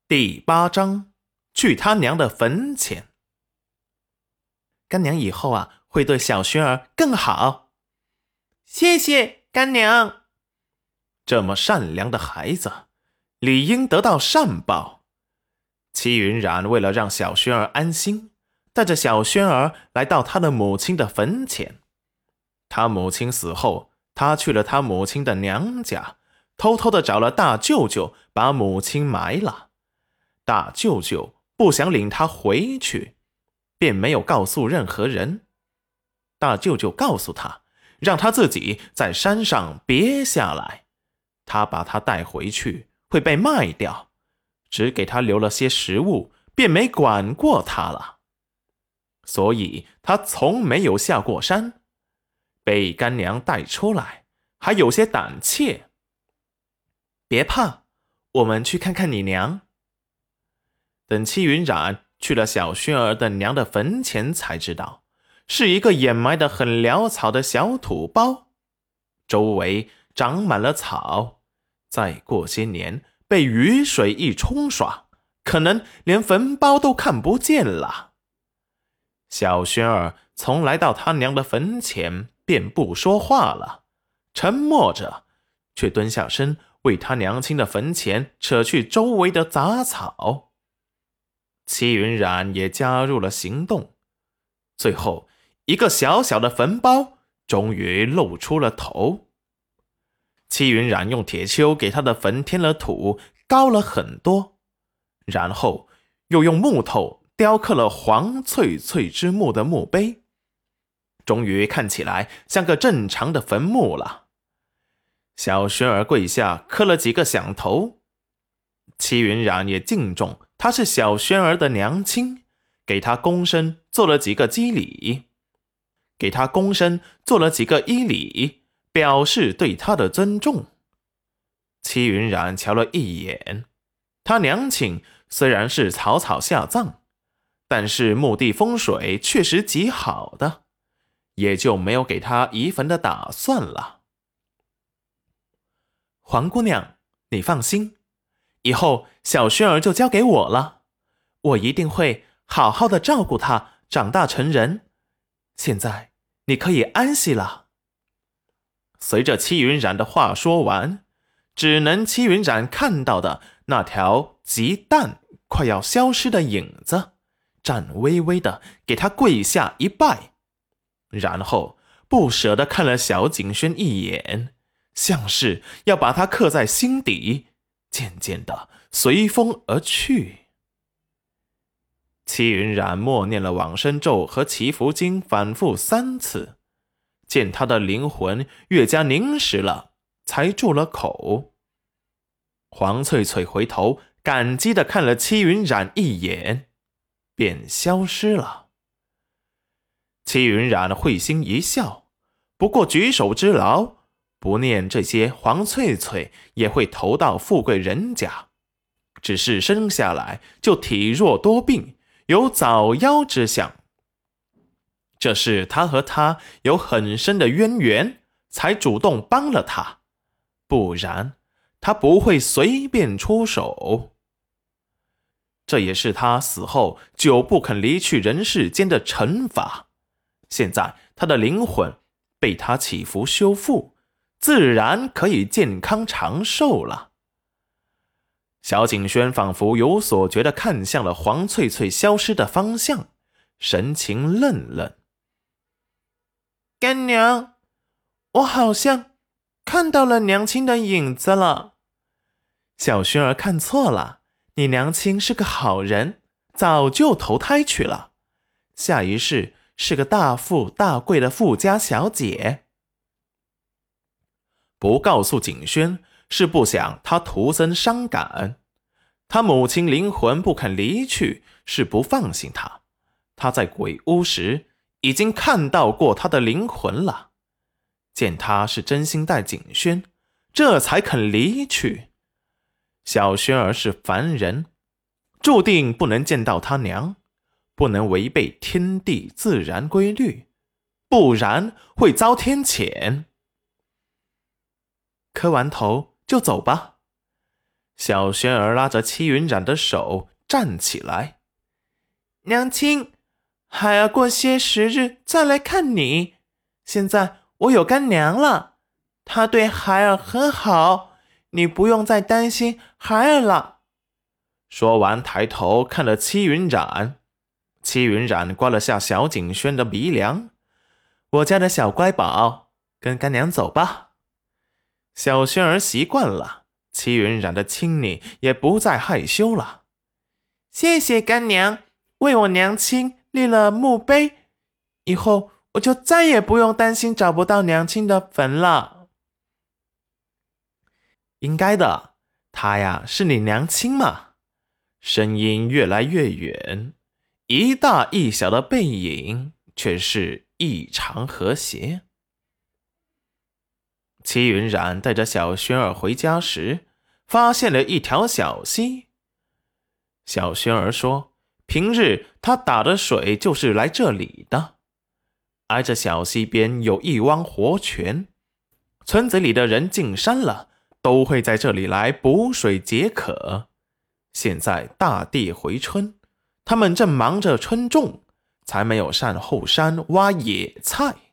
第8章，去他娘的坟前。干娘以后会对小轩儿更好。谢谢干娘。这么善良的孩子，理应得到善报。戚云染为了让小轩儿安心，带着小轩儿来到他的母亲的坟前。他母亲死后，他去了他母亲的娘家，偷偷地找了大舅舅，把母亲埋了。大舅舅不想领他回去，便没有告诉任何人。大舅舅告诉他，让他自己在山上别下来，他把他带回去会被卖掉，只给他留了些食物，便没管过他了。所以他从没有下过山，被干娘带出来，还有些胆怯。别怕，我们去看看你娘。等戚云染去了小轩儿的娘的坟前，才知道是一个掩埋得很潦草的小土包，周围长满了草，再过些年被雨水一冲刷，可能连坟包都看不见了。小轩儿从来到他娘的坟前便不说话了，沉默着，却蹲下身为他娘亲的坟前扯去周围的杂草。戚云染也加入了行动，最后一个小小的坟包终于露出了头。戚云染用铁锹给他的坟添了土，高了很多，然后又用木头雕刻了黄翠翠之墓的墓碑，终于看起来像个正常的坟墓了。小轩儿跪下磕了几个响头，戚云染也敬重她是小轩儿的娘亲，给她躬身做了几个揖礼，表示对她的尊重。戚云染瞧了一眼，她娘亲虽然是草草下葬，但是墓地风水确实极好的，也就没有给她移坟的打算了。黄姑娘，你放心，以后小轩儿就交给我了，我一定会好好的照顾她长大成人。现在你可以安息了。随着戚云染的话说完，只能戚云染看到的那条极淡快要消失的影子，颤巍巍的给他跪下一拜，然后不舍得看了小景轩一眼，像是要把他刻在心底，渐渐的随风而去。戚云染默念了往生咒和祈福经反复3次，见他的灵魂越加凝实了，才住了口。黄翠翠回头感激地看了戚云染一眼，便消失了。戚云染会心一笑，不过举手之劳，不念这些，黄翠翠也会投到富贵人家，只是生下来就体弱多病，有早夭之象。这是他和他有很深的渊源，才主动帮了他，不然他不会随便出手。这也是他死后久不肯离去人世间的惩罚。现在他的灵魂被他祈福修复，自然可以健康长寿了。小景轩仿佛有所觉地看向了黄翠翠消失的方向，神情愣愣。干娘，我好像看到了娘亲的影子了。小轩儿看错了，你娘亲是个好人，早就投胎去了，下一世是个大富大贵的富家小姐。不告诉景轩，是不想他徒增伤感。他母亲灵魂不肯离去，是不放心他。他在鬼屋时已经看到过他的灵魂了，见他是真心待景轩，这才肯离去。小轩儿是凡人，注定不能见到他娘，不能违背天地自然规律，不然会遭天谴。磕完头就走吧。 小轩儿拉着戚云染的手站起来。娘亲，孩儿过些时日再来看你。现在我有干娘了，她对孩儿很好，你不用再担心孩儿了。说完抬头看了戚云染，戚云染刮了下小景轩的鼻梁。我家的小乖宝，跟干娘走吧。小轩儿习惯了，戚云染的亲昵也不再害羞了。谢谢干娘，为我娘亲立了墓碑，以后我就再也不用担心找不到娘亲的坟了。应该的，她呀是你娘亲嘛。声音越来越远，一大一小的背影却是异常和谐。戚云染带着小轩儿回家时，发现了一条小溪。小轩儿说，平日他打的水就是来这里的。挨着小溪边有一汪活泉，村子里的人进山了，都会在这里来补水解渴。现在大地回春，他们正忙着春种，才没有上后山挖野菜。